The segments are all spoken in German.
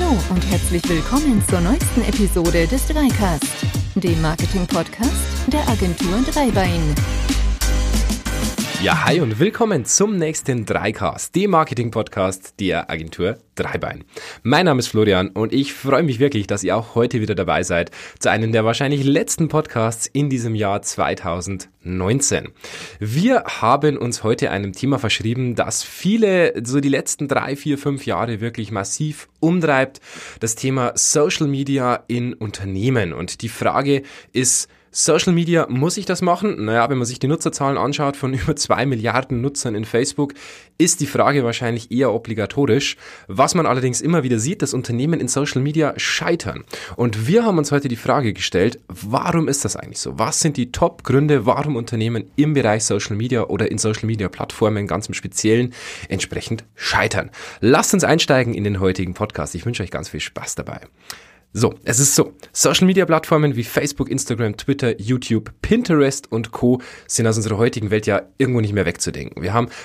Hallo und herzlich willkommen zur neuesten Episode des Dreicast, dem Marketing-Podcast der Agentur Dreibein. Ja, hi und willkommen zum nächsten Dreicast, dem Marketing-Podcast der Agentur Dreibein. Mein Name ist Florian und ich freue mich wirklich, dass ihr auch heute wieder dabei seid zu einem der wahrscheinlich letzten Podcasts in diesem Jahr 2019. Wir haben uns heute einem Thema verschrieben, das viele so die letzten 3, 4, 5 Jahre wirklich massiv umtreibt, das Thema Social Media in Unternehmen. Und die Frage ist: Social Media, muss ich das machen? Naja, wenn man sich die Nutzerzahlen anschaut von über 2 Milliarden Nutzern in Facebook, ist die Frage wahrscheinlich eher obligatorisch. Was man allerdings immer wieder sieht, dass Unternehmen in Social Media scheitern. Und wir haben uns heute die Frage gestellt, warum ist das eigentlich so? Was sind die Top-Gründe, warum Unternehmen im Bereich Social Media oder in Social Media Plattformen ganz im Speziellen entsprechend scheitern? Lasst uns einsteigen in den heutigen Podcast. Ich wünsche euch ganz viel Spaß dabei. So, es ist so, Social-Media-Plattformen wie Facebook, Instagram, Twitter, YouTube, Pinterest und Co. sind aus unserer heutigen Welt ja irgendwo nicht mehr wegzudenken. Wir haben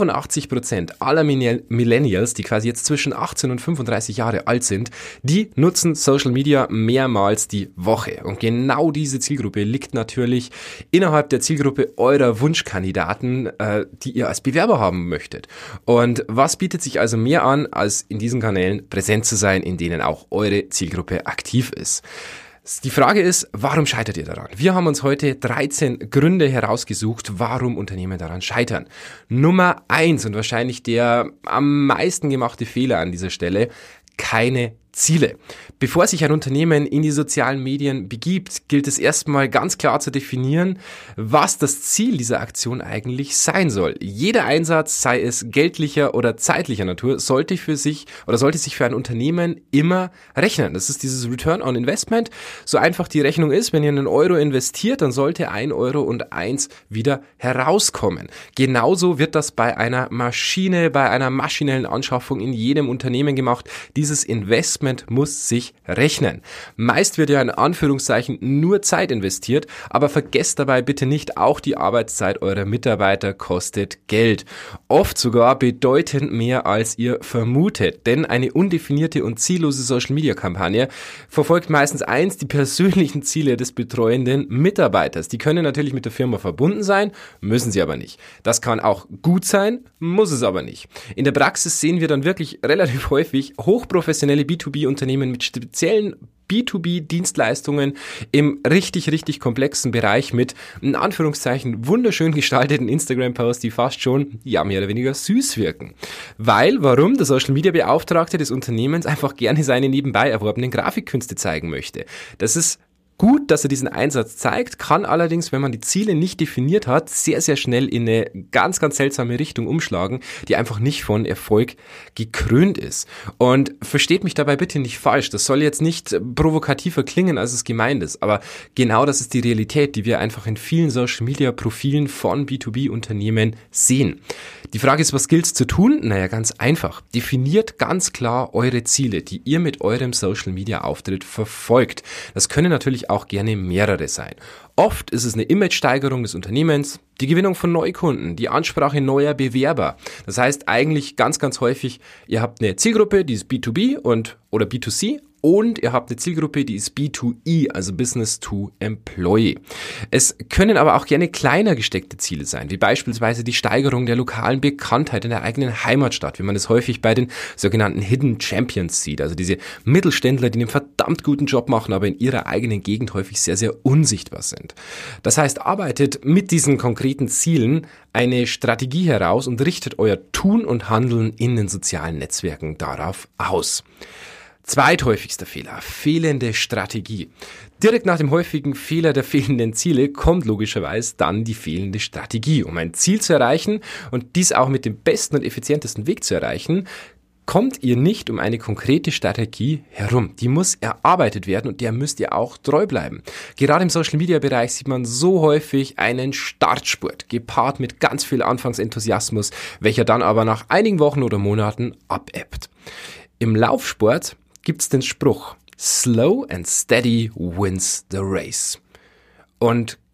85% aller Millennials, die quasi jetzt zwischen 18 und 35 Jahre alt sind, die nutzen Social Media mehrmals die Woche. Und genau diese Zielgruppe liegt natürlich innerhalb der Zielgruppe eurer Wunschkandidaten, die ihr als Bewerber haben möchtet. Und was bietet sich also mehr an, als in diesen Kanälen präsent zu sein, in denen auch eure Zielgruppe aktiv ist? Die Frage ist, warum scheitert ihr daran? Wir haben uns heute 13 Gründe herausgesucht, warum Unternehmen daran scheitern. Nummer 1 und wahrscheinlich der am meisten gemachte Fehler an dieser Stelle: keine Ziele. Bevor sich ein Unternehmen in die sozialen Medien begibt, gilt es erstmal ganz klar zu definieren, was das Ziel dieser Aktion eigentlich sein soll. Jeder Einsatz, sei es geldlicher oder zeitlicher Natur, sollte sich für ein Unternehmen immer rechnen. Das ist dieses Return on Investment. So einfach die Rechnung ist, wenn ihr einen Euro investiert, dann sollte 1,01 Euro wieder herauskommen. Genauso wird das bei einer Maschine, bei einer maschinellen Anschaffung in jedem Unternehmen gemacht. Dieses Investment muss sich rechnen. Meist wird ja in Anführungszeichen nur Zeit investiert, aber vergesst dabei bitte nicht, auch die Arbeitszeit eurer Mitarbeiter kostet Geld. Oft sogar bedeutend mehr, als ihr vermutet, denn eine undefinierte und ziellose Social-Media-Kampagne verfolgt meistens die persönlichen Ziele des betreuenden Mitarbeiters. Die können natürlich mit der Firma verbunden sein, müssen sie aber nicht. Das kann auch gut sein, muss es aber nicht. In der Praxis sehen wir dann wirklich relativ häufig hochprofessionelle B2B-Unternehmen mit speziellen B2B-Dienstleistungen im richtig komplexen Bereich mit, in Anführungszeichen, wunderschön gestalteten Instagram-Posts, die fast schon, ja, mehr oder weniger süß wirken. Warum? Der Social-Media-Beauftragte des Unternehmens einfach gerne seine nebenbei erworbenen Grafikkünste zeigen möchte. Das ist gut, dass er diesen Einsatz zeigt, kann allerdings, wenn man die Ziele nicht definiert hat, sehr schnell in eine ganz seltsame Richtung umschlagen, die einfach nicht von Erfolg gekrönt ist. Und versteht mich dabei bitte nicht falsch, das soll jetzt nicht provokativer klingen, als es gemeint ist, aber genau das ist die Realität, die wir einfach in vielen Social-Media-Profilen von B2B-Unternehmen sehen. Die Frage ist, was gilt's zu tun? Naja, ganz einfach. Definiert ganz klar eure Ziele, die ihr mit eurem Social-Media-Auftritt verfolgt. Das können natürlich auch gerne mehrere sein. Oft ist es eine Imagesteigerung des Unternehmens, die Gewinnung von Neukunden, die Ansprache neuer Bewerber. Das heißt eigentlich ganz häufig, ihr habt eine Zielgruppe, die ist B2B oder B2C, und ihr habt eine Zielgruppe, die ist B2E, also Business to Employee. Es können aber auch gerne kleiner gesteckte Ziele sein, wie beispielsweise die Steigerung der lokalen Bekanntheit in der eigenen Heimatstadt, wie man es häufig bei den sogenannten Hidden Champions sieht, also diese Mittelständler, die einen verdammt guten Job machen, aber in ihrer eigenen Gegend häufig sehr unsichtbar sind. Das heißt, arbeitet mit diesen konkreten Zielen eine Strategie heraus und richtet euer Tun und Handeln in den sozialen Netzwerken darauf aus. Zweithäufigster Fehler: fehlende Strategie. Direkt nach dem häufigen Fehler der fehlenden Ziele kommt logischerweise dann die fehlende Strategie. Um ein Ziel zu erreichen und dies auch mit dem besten und effizientesten Weg zu erreichen, kommt ihr nicht um eine konkrete Strategie herum. Die muss erarbeitet werden und der müsst ihr auch treu bleiben. Gerade im Social-Media-Bereich sieht man so häufig einen Startspurt, gepaart mit ganz viel Anfangsenthusiasmus, welcher dann aber nach einigen Wochen oder Monaten abebbt. Im Laufsport gibt's den Spruch: Slow and steady wins the race. Und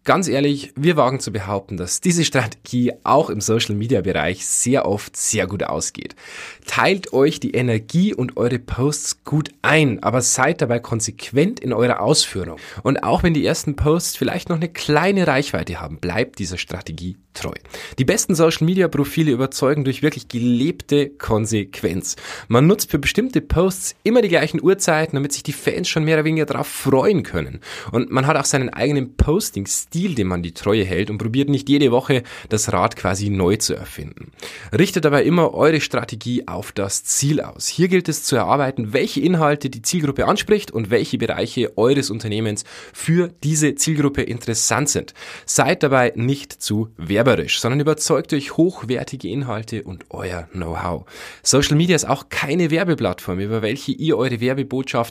Ganz ehrlich, wir wagen zu behaupten, dass diese Strategie auch im Social-Media-Bereich sehr oft sehr gut ausgeht. Teilt euch die Energie und eure Posts gut ein, aber seid dabei konsequent in eurer Ausführung. Und auch wenn die ersten Posts vielleicht noch eine kleine Reichweite haben, bleibt dieser Strategie treu. Die besten Social-Media-Profile überzeugen durch wirklich gelebte Konsequenz. Man nutzt für bestimmte Posts immer die gleichen Uhrzeiten, damit sich die Fans schon mehr oder weniger darauf freuen können. Und man hat auch seinen eigenen Posting-Stil, dem man die Treue hält und probiert nicht jede Woche das Rad quasi neu zu erfinden. Richtet dabei immer eure Strategie auf das Ziel aus. Hier gilt es zu erarbeiten, welche Inhalte die Zielgruppe anspricht und welche Bereiche eures Unternehmens für diese Zielgruppe interessant sind. Seid dabei nicht zu werberisch, sondern überzeugt durch hochwertige Inhalte und euer Know-how. Social Media ist auch keine Werbeplattform, über welche ihr eure Werbebotschaft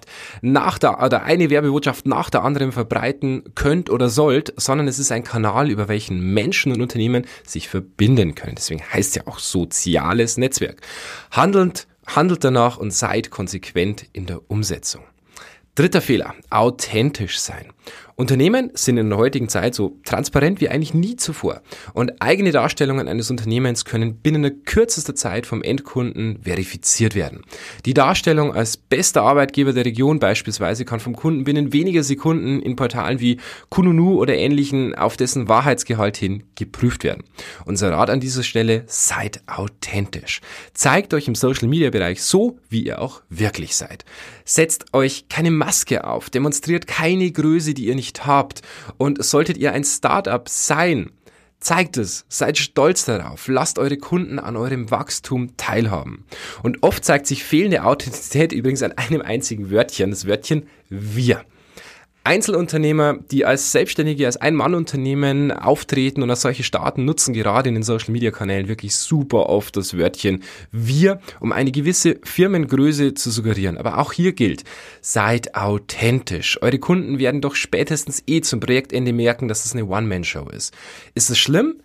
eine Werbebotschaft nach der anderen verbreiten könnt oder sollt, sondern es ist ein Kanal, über welchen Menschen und Unternehmen sich verbinden können. Deswegen heißt es ja auch soziales Netzwerk. Handelt danach und seid konsequent in der Umsetzung. Dritter Fehler, authentisch sein. Unternehmen sind in der heutigen Zeit so transparent wie eigentlich nie zuvor und eigene Darstellungen eines Unternehmens können binnen kürzester Zeit vom Endkunden verifiziert werden. Die Darstellung als bester Arbeitgeber der Region beispielsweise kann vom Kunden binnen weniger Sekunden in Portalen wie Kununu oder ähnlichen auf dessen Wahrheitsgehalt hin geprüft werden. Unser Rat an dieser Stelle, seid authentisch. Zeigt euch im Social-Media-Bereich so, wie ihr auch wirklich seid. Setzt euch keine Maske auf, demonstriert keine Größe, die ihr nicht habt. Und solltet ihr ein Startup sein, zeigt es, seid stolz darauf, lasst eure Kunden an eurem Wachstum teilhaben. Und oft zeigt sich fehlende Authentizität übrigens an einem einzigen Wörtchen, das Wörtchen wir. Einzelunternehmer, die als Selbstständige, als Ein-Mann-Unternehmen auftreten und als solche starten, nutzen gerade in den Social-Media-Kanälen wirklich super oft das Wörtchen wir, um eine gewisse Firmengröße zu suggerieren. Aber auch hier gilt, seid authentisch. Eure Kunden werden doch spätestens zum Projektende merken, dass es eine One-Man-Show ist. Ist es schlimm?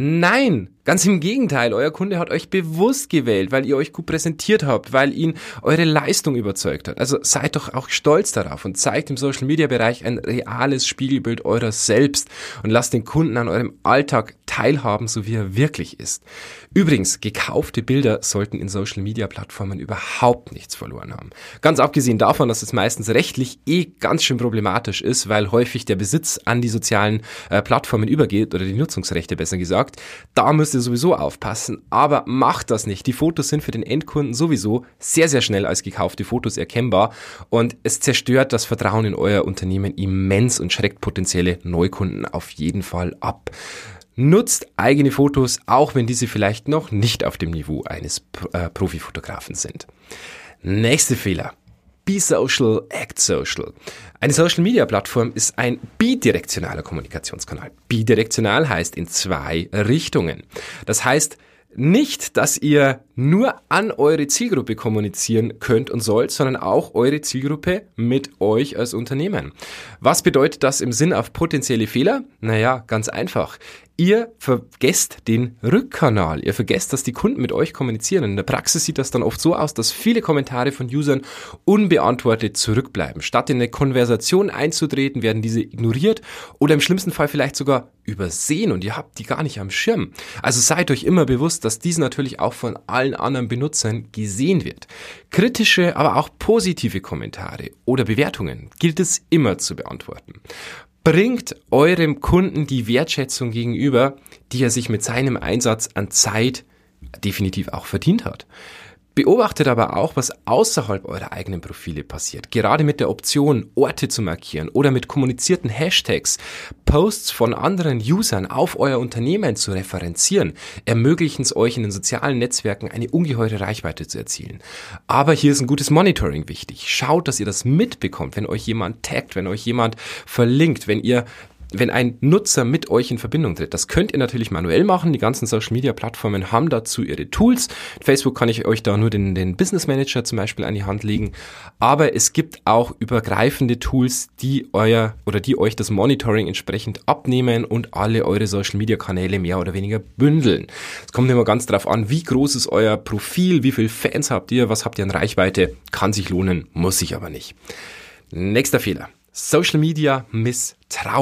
Nein, ganz im Gegenteil, euer Kunde hat euch bewusst gewählt, weil ihr euch gut präsentiert habt, weil ihn eure Leistung überzeugt hat. Also seid doch auch stolz darauf und zeigt im Social-Media-Bereich ein reales Spiegelbild eurer selbst und lasst den Kunden an eurem Alltag teilhaben, so wie er wirklich ist. Übrigens, gekaufte Bilder sollten in Social-Media-Plattformen überhaupt nichts verloren haben. Ganz abgesehen davon, dass es meistens rechtlich ganz schön problematisch ist, weil häufig der Besitz an die sozialen Plattformen übergeht oder die Nutzungsrechte besser gesagt. Da müsst ihr sowieso aufpassen, aber macht das nicht. Die Fotos sind für den Endkunden sowieso sehr, sehr schnell als gekaufte Fotos erkennbar und es zerstört das Vertrauen in euer Unternehmen immens und schreckt potenzielle Neukunden auf jeden Fall ab. Nutzt eigene Fotos, auch wenn diese vielleicht noch nicht auf dem Niveau eines Profifotografen sind. Nächster Fehler. Be social, act social. Eine Social-Media-Plattform ist ein bidirektionaler Kommunikationskanal. Bidirektional heißt in zwei Richtungen. Das heißt nicht, dass ihr nur an eure Zielgruppe kommunizieren könnt und sollt, sondern auch eure Zielgruppe mit euch als Unternehmen. Was bedeutet das im Sinn auf potenzielle Fehler? Naja, ganz einfach. Ihr vergesst den Rückkanal. Ihr vergesst, dass die Kunden mit euch kommunizieren. In der Praxis sieht das dann oft so aus, dass viele Kommentare von Usern unbeantwortet zurückbleiben. Statt in eine Konversation einzutreten, werden diese ignoriert oder im schlimmsten Fall vielleicht sogar übersehen und ihr habt die gar nicht am Schirm. Also seid euch immer bewusst, dass dies natürlich auch von allen anderen Benutzern gesehen wird. Kritische, aber auch positive Kommentare oder Bewertungen gilt es immer zu beantworten. Bringt eurem Kunden die Wertschätzung gegenüber, die er sich mit seinem Einsatz an Zeit definitiv auch verdient hat. Beobachtet aber auch, was außerhalb eurer eigenen Profile passiert. Gerade mit der Option, Orte zu markieren oder mit kommunizierten Hashtags, Posts von anderen Usern auf euer Unternehmen zu referenzieren, ermöglichen es euch in den sozialen Netzwerken eine ungeheure Reichweite zu erzielen. Aber hier ist ein gutes Monitoring wichtig. Schaut, dass ihr das mitbekommt, wenn euch jemand taggt, wenn euch jemand verlinkt, wenn ein Nutzer mit euch in Verbindung tritt. Das könnt ihr natürlich manuell machen. Die ganzen Social-Media-Plattformen haben dazu ihre Tools. Facebook kann ich euch da nur den Business Manager zum Beispiel an die Hand legen. Aber es gibt auch übergreifende Tools, die euch das Monitoring entsprechend abnehmen und alle eure Social-Media-Kanäle mehr oder weniger bündeln. Es kommt immer ganz drauf an, wie groß ist euer Profil, wie viele Fans habt ihr, was habt ihr an Reichweite. Kann sich lohnen, muss sich aber nicht. Nächster Fehler. Social Media Misstrauen.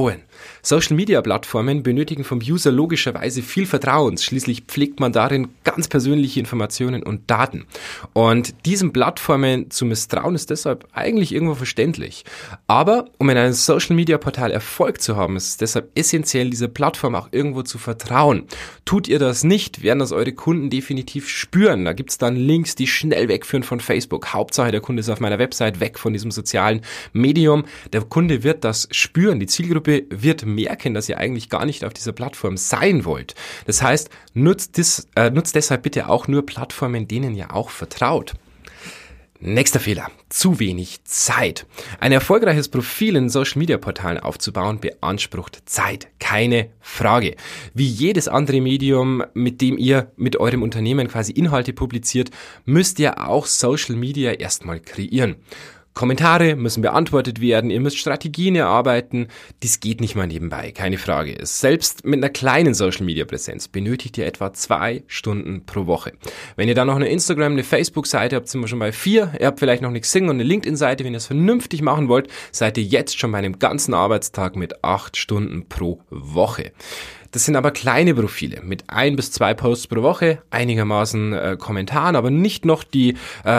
Social-Media-Plattformen benötigen vom User logischerweise viel Vertrauen. Schließlich pflegt man darin ganz persönliche Informationen und Daten. Und diesen Plattformen zu misstrauen ist deshalb eigentlich irgendwo verständlich. Aber um in einem Social-Media-Portal Erfolg zu haben, ist es deshalb essentiell, dieser Plattform auch irgendwo zu vertrauen. Tut ihr das nicht, werden das eure Kunden definitiv spüren. Da gibt's dann Links, die schnell wegführen von Facebook. Hauptsache, der Kunde ist auf meiner Website, weg von diesem sozialen Medium. Der Kunde wird das spüren. Die Zielgruppe wird merken, dass ihr eigentlich gar nicht auf dieser Plattform sein wollt. Das heißt, nutzt deshalb bitte auch nur Plattformen, denen ihr auch vertraut. Nächster Fehler, zu wenig Zeit. Ein erfolgreiches Profil in Social-Media-Portalen aufzubauen beansprucht Zeit, keine Frage. Wie jedes andere Medium, mit dem ihr mit eurem Unternehmen quasi Inhalte publiziert, müsst ihr auch Social-Media erstmal kreieren. Kommentare müssen beantwortet werden, ihr müsst Strategien erarbeiten, dies geht nicht mal nebenbei, keine Frage. Selbst mit einer kleinen Social-Media-Präsenz benötigt ihr etwa 2 Stunden pro Woche. Wenn ihr dann noch eine Instagram, eine Facebook-Seite habt, sind wir schon bei 4, ihr habt vielleicht noch eine Xing und eine LinkedIn-Seite, wenn ihr es vernünftig machen wollt, seid ihr jetzt schon bei einem ganzen Arbeitstag mit 8 Stunden pro Woche. Das sind aber kleine Profile mit 1 bis 2 Posts pro Woche, einigermaßen Kommentaren, aber nicht noch die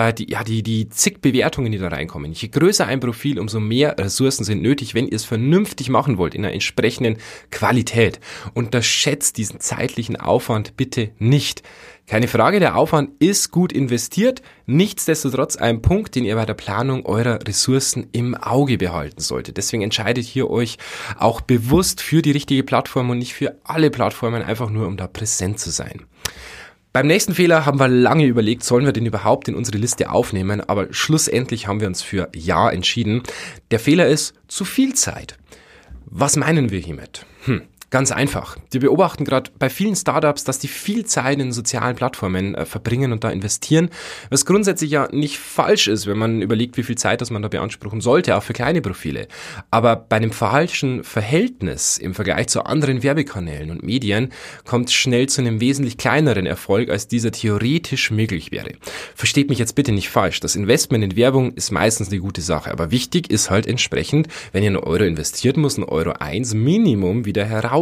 zig Bewertungen, die da reinkommen. Je größer ein Profil, umso mehr Ressourcen sind nötig, wenn ihr es vernünftig machen wollt, in einer entsprechenden Qualität. Unterschätzt diesen zeitlichen Aufwand bitte nicht. Keine Frage, der Aufwand ist gut investiert, nichtsdestotrotz ein Punkt, den ihr bei der Planung eurer Ressourcen im Auge behalten solltet. Deswegen entscheidet ihr euch auch bewusst für die richtige Plattform und nicht für alle Plattformen, einfach nur um da präsent zu sein. Beim nächsten Fehler haben wir lange überlegt, sollen wir den überhaupt in unsere Liste aufnehmen, aber schlussendlich haben wir uns für Ja entschieden. Der Fehler ist zu viel Zeit. Was meinen wir hiermit? Ganz einfach. Wir beobachten gerade bei vielen Startups, dass die viel Zeit in sozialen Plattformen verbringen und da investieren, was grundsätzlich ja nicht falsch ist, wenn man überlegt, wie viel Zeit das man da beanspruchen sollte, auch für kleine Profile. Aber bei einem falschen Verhältnis im Vergleich zu anderen Werbekanälen und Medien kommt es schnell zu einem wesentlich kleineren Erfolg, als dieser theoretisch möglich wäre. Versteht mich jetzt bitte nicht falsch. Das Investment in Werbung ist meistens eine gute Sache, aber wichtig ist halt entsprechend, wenn ihr einen Euro investiert, muss ein Euro 1 Minimum wieder herauskommen.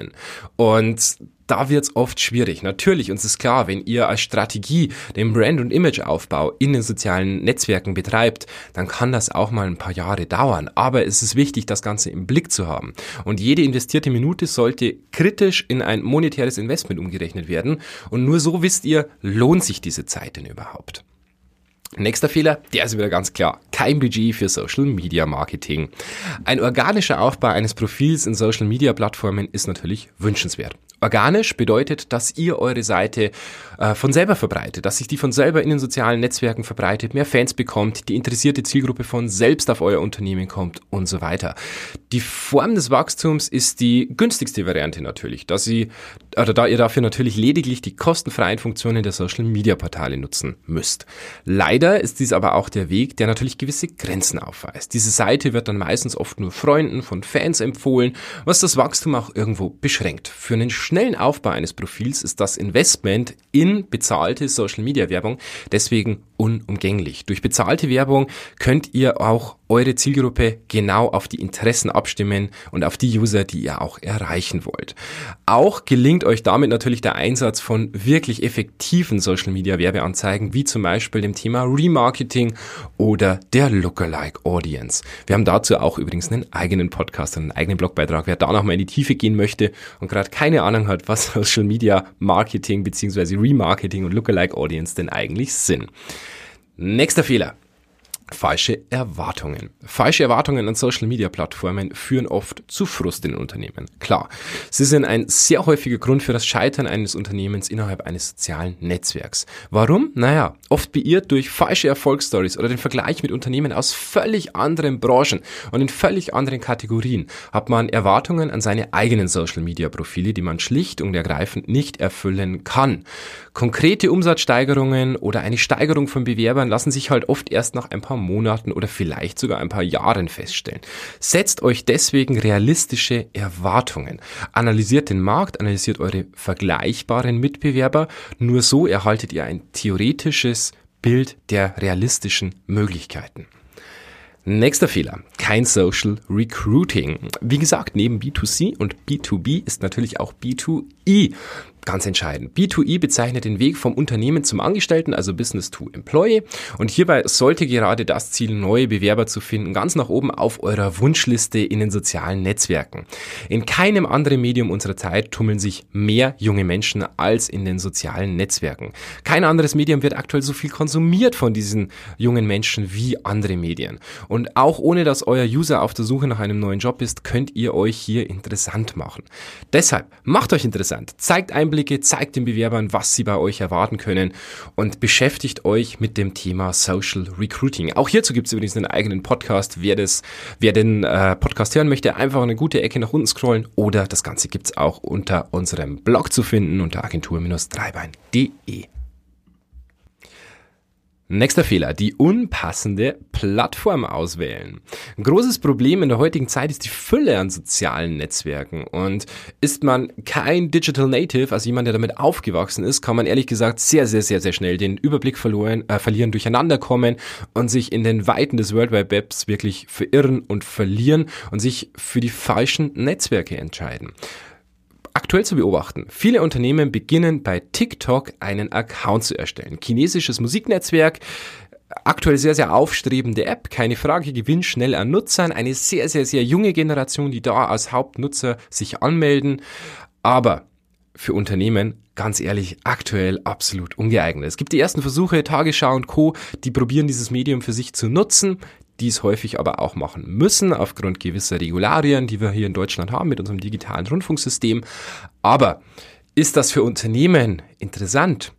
Und da wird's oft schwierig. Natürlich, uns ist klar, wenn ihr als Strategie den Brand- und Imageaufbau in den sozialen Netzwerken betreibt, dann kann das auch mal ein paar Jahre dauern. Aber es ist wichtig, das Ganze im Blick zu haben. Und jede investierte Minute sollte kritisch in ein monetäres Investment umgerechnet werden. Und nur so wisst ihr, lohnt sich diese Zeit denn überhaupt? Nächster Fehler, der ist wieder ganz klar. Kein Budget für Social Media Marketing. Ein organischer Aufbau eines Profils in Social Media Plattformen ist natürlich wünschenswert. Organisch bedeutet, dass ihr eure Seite von selber verbreitet, dass sich die von selber in den sozialen Netzwerken verbreitet, mehr Fans bekommt, die interessierte Zielgruppe von selbst auf euer Unternehmen kommt und so weiter. Die Form des Wachstums ist die günstigste Variante natürlich, da ihr dafür natürlich lediglich die kostenfreien Funktionen der Social Media Portale nutzen müsst. Leider ist dies aber auch der Weg, der natürlich gewisse Grenzen aufweist. Diese Seite wird dann meistens oft nur Freunden von Fans empfohlen, was das Wachstum auch irgendwo beschränkt. Für einen schnellen Aufbau eines Profils ist das Investment in bezahlte Social-Media-Werbung deswegen unumgänglich. Durch bezahlte Werbung könnt ihr auch eure Zielgruppe genau auf die Interessen abstimmen und auf die User, die ihr auch erreichen wollt. Auch gelingt euch damit natürlich der Einsatz von wirklich effektiven Social-Media-Werbeanzeigen, wie zum Beispiel dem Thema Remarketing oder der Lookalike Audience. Wir haben dazu auch übrigens einen eigenen Podcast, einen eigenen Blogbeitrag. Wer da nochmal in die Tiefe gehen möchte und gerade keine Ahnung hat, was Social-Media-Marketing bzw. Remarketing und Lookalike Audience denn eigentlich sind. Nächster Fehler. Falsche Erwartungen. Falsche Erwartungen an Social-Media-Plattformen führen oft zu Frust in den Unternehmen. Klar, sie sind ein sehr häufiger Grund für das Scheitern eines Unternehmens innerhalb eines sozialen Netzwerks. Warum? Naja, oft beirrt durch falsche Erfolgsstories oder den Vergleich mit Unternehmen aus völlig anderen Branchen und in völlig anderen Kategorien hat man Erwartungen an seine eigenen Social-Media-Profile, die man schlicht und ergreifend nicht erfüllen kann. Konkrete Umsatzsteigerungen oder eine Steigerung von Bewerbern lassen sich halt oft erst nach ein paar Monaten oder vielleicht sogar ein paar Jahren feststellen. Setzt euch deswegen realistische Erwartungen. Analysiert den Markt, analysiert eure vergleichbaren Mitbewerber. Nur so erhaltet ihr ein theoretisches Bild der realistischen Möglichkeiten. Nächster Fehler, kein Social Recruiting. Wie gesagt, neben B2C und B2B ist natürlich auch B2E ganz entscheidend. B2E bezeichnet den Weg vom Unternehmen zum Angestellten, also Business to Employee. Und hierbei sollte gerade das Ziel, neue Bewerber zu finden, ganz nach oben auf eurer Wunschliste in den sozialen Netzwerken. In keinem anderen Medium unserer Zeit tummeln sich mehr junge Menschen als in den sozialen Netzwerken. Kein anderes Medium wird aktuell so viel konsumiert von diesen jungen Menschen wie andere Medien. Und auch ohne, dass euer User auf der Suche nach einem neuen Job ist, könnt ihr euch hier interessant machen. Deshalb macht euch interessant, zeigt Einblicke, zeigt den Bewerbern, was sie bei euch erwarten können und beschäftigt euch mit dem Thema Social Recruiting. Auch hierzu gibt es übrigens einen eigenen Podcast. Wer den Podcast hören möchte, einfach eine gute Ecke nach unten scrollen oder das Ganze gibt es auch unter unserem Blog zu finden unter agentur-dreibein.de. Nächster Fehler, die unpassende Plattform auswählen. Ein großes Problem in der heutigen Zeit ist die Fülle an sozialen Netzwerken und ist man kein Digital Native, also jemand, der damit aufgewachsen ist, kann man ehrlich gesagt sehr, sehr, sehr, sehr schnell den Überblick verlieren, durcheinander kommen und sich in den Weiten des World Wide Webs wirklich verirren und verlieren und sich für die falschen Netzwerke entscheiden. Aktuell zu beobachten, viele Unternehmen beginnen bei TikTok einen Account zu erstellen. Chinesisches Musiknetzwerk, aktuell sehr, sehr aufstrebende App, keine Frage, gewinnt schnell an Nutzern, eine sehr, sehr, sehr junge Generation, die da als Hauptnutzer sich anmelden, aber für Unternehmen, ganz ehrlich, aktuell absolut ungeeignet. Es gibt die ersten Versuche, Tagesschau und Co., die probieren dieses Medium für sich zu nutzen, die es häufig aber auch machen müssen, aufgrund gewisser Regularien, die wir hier in Deutschland haben mit unserem digitalen Rundfunksystem. Aber ist das für Unternehmen interessant?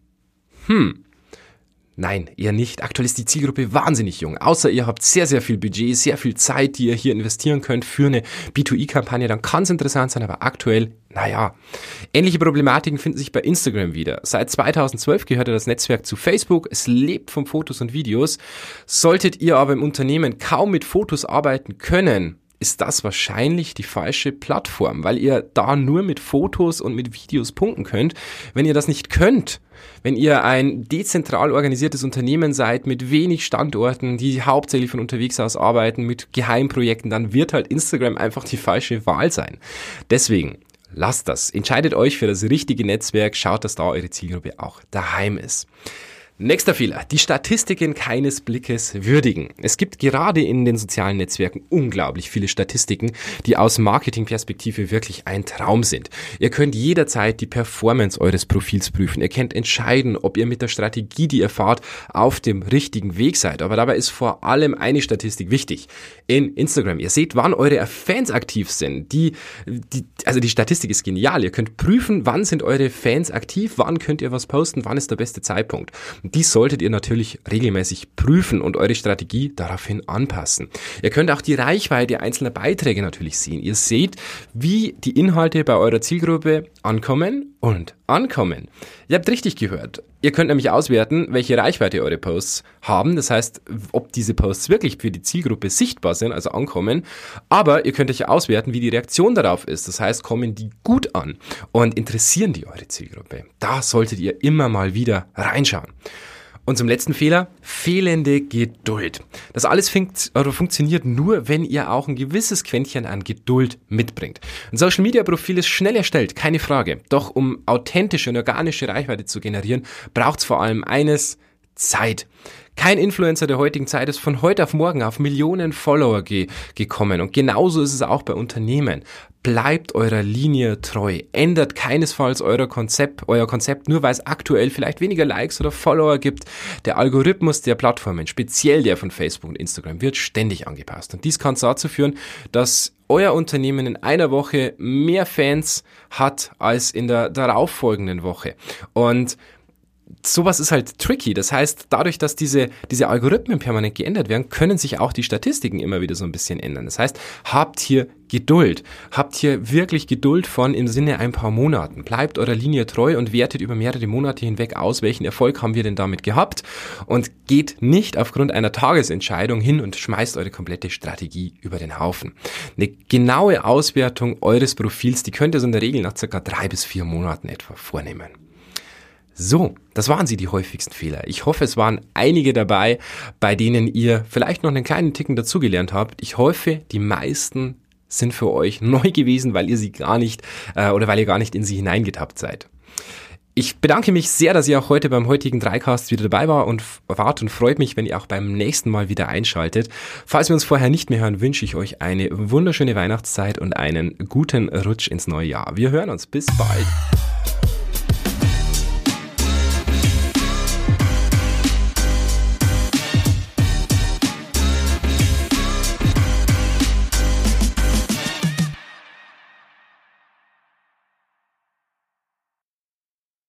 Nein, eher nicht. Aktuell ist die Zielgruppe wahnsinnig jung. Außer ihr habt sehr, sehr viel Budget, sehr viel Zeit, die ihr hier investieren könnt für eine B2E-Kampagne, dann kann es interessant sein, aber aktuell, naja. Ähnliche Problematiken finden sich bei Instagram wieder. Seit 2012 gehört das Netzwerk zu Facebook. Es lebt von Fotos und Videos. Solltet ihr aber im Unternehmen kaum mit Fotos arbeiten können, ist das wahrscheinlich die falsche Plattform, weil ihr da nur mit Fotos und mit Videos punkten könnt. Wenn ihr das nicht könnt, wenn ihr ein dezentral organisiertes Unternehmen seid mit wenig Standorten, die hauptsächlich von unterwegs aus arbeiten, mit Geheimprojekten, dann wird halt Instagram einfach die falsche Wahl sein. Deswegen lasst das. Entscheidet euch für das richtige Netzwerk, schaut, dass da eure Zielgruppe auch daheim ist. Nächster Fehler, die Statistiken keines Blickes würdigen. Es gibt gerade in den sozialen Netzwerken unglaublich viele Statistiken, die aus Marketingperspektive wirklich ein Traum sind. Ihr könnt jederzeit die Performance eures Profils prüfen. Ihr könnt entscheiden, ob ihr mit der Strategie, die ihr fahrt, auf dem richtigen Weg seid. Aber dabei ist vor allem eine Statistik wichtig. In Instagram, ihr seht, wann eure Fans aktiv sind. Also die Statistik ist genial. Ihr könnt prüfen, wann sind eure Fans aktiv, wann könnt ihr was posten, wann ist der beste Zeitpunkt. Dies solltet ihr natürlich regelmäßig prüfen und eure Strategie daraufhin anpassen. Ihr könnt auch die Reichweite einzelner Beiträge natürlich sehen. Ihr seht, wie die Inhalte bei eurer Zielgruppe ankommen und ankommen. Ihr habt richtig gehört. Ihr könnt nämlich auswerten, welche Reichweite eure Posts haben. Das heißt, ob diese Posts wirklich für die Zielgruppe sichtbar sind, also ankommen. Aber ihr könnt euch auswerten, wie die Reaktion darauf ist. Das heißt, kommen die gut an und interessieren die eure Zielgruppe. Da solltet ihr immer mal wieder reinschauen. Und zum letzten Fehler, fehlende Geduld. Das alles funktioniert nur, wenn ihr auch ein gewisses Quäntchen an Geduld mitbringt. Ein Social-Media-Profil ist schnell erstellt, keine Frage. Doch um authentische und organische Reichweite zu generieren, braucht es vor allem eines: Zeit. Kein Influencer der heutigen Zeit ist von heute auf morgen auf Millionen Follower gekommen. Und genauso ist es auch bei Unternehmen. Bleibt eurer Linie treu. Ändert keinesfalls euer Konzept nur, weil es aktuell vielleicht weniger Likes oder Follower gibt. Der Algorithmus der Plattformen, speziell der von Facebook und Instagram, wird ständig angepasst. Und dies kann dazu führen, dass euer Unternehmen in einer Woche mehr Fans hat als in der darauffolgenden Woche. Und sowas ist halt tricky. Das heißt, dadurch, dass diese Algorithmen permanent geändert werden, können sich auch die Statistiken immer wieder so ein bisschen ändern. Das heißt, habt hier Geduld. Habt hier wirklich Geduld von im Sinne ein paar Monaten. Bleibt eurer Linie treu und wertet über mehrere Monate hinweg aus, welchen Erfolg haben wir denn damit gehabt, und geht nicht aufgrund einer Tagesentscheidung hin und schmeißt eure komplette Strategie über den Haufen. Eine genaue Auswertung eures Profils, die könnt ihr so in der Regel nach circa 3 bis 4 Monaten etwa vornehmen. So, das waren die häufigsten Fehler. Ich hoffe, es waren einige dabei, bei denen ihr vielleicht noch einen kleinen Ticken dazugelernt habt. Ich hoffe, die meisten sind für euch neu gewesen, weil ihr sie gar nicht weil ihr gar nicht in sie hineingetappt seid. Ich bedanke mich sehr, dass ihr auch heute beim heutigen Dreicast wieder dabei wart und freut mich, wenn ihr auch beim nächsten Mal wieder einschaltet. Falls wir uns vorher nicht mehr hören, wünsche ich euch eine wunderschöne Weihnachtszeit und einen guten Rutsch ins neue Jahr. Wir hören uns. Bis bald.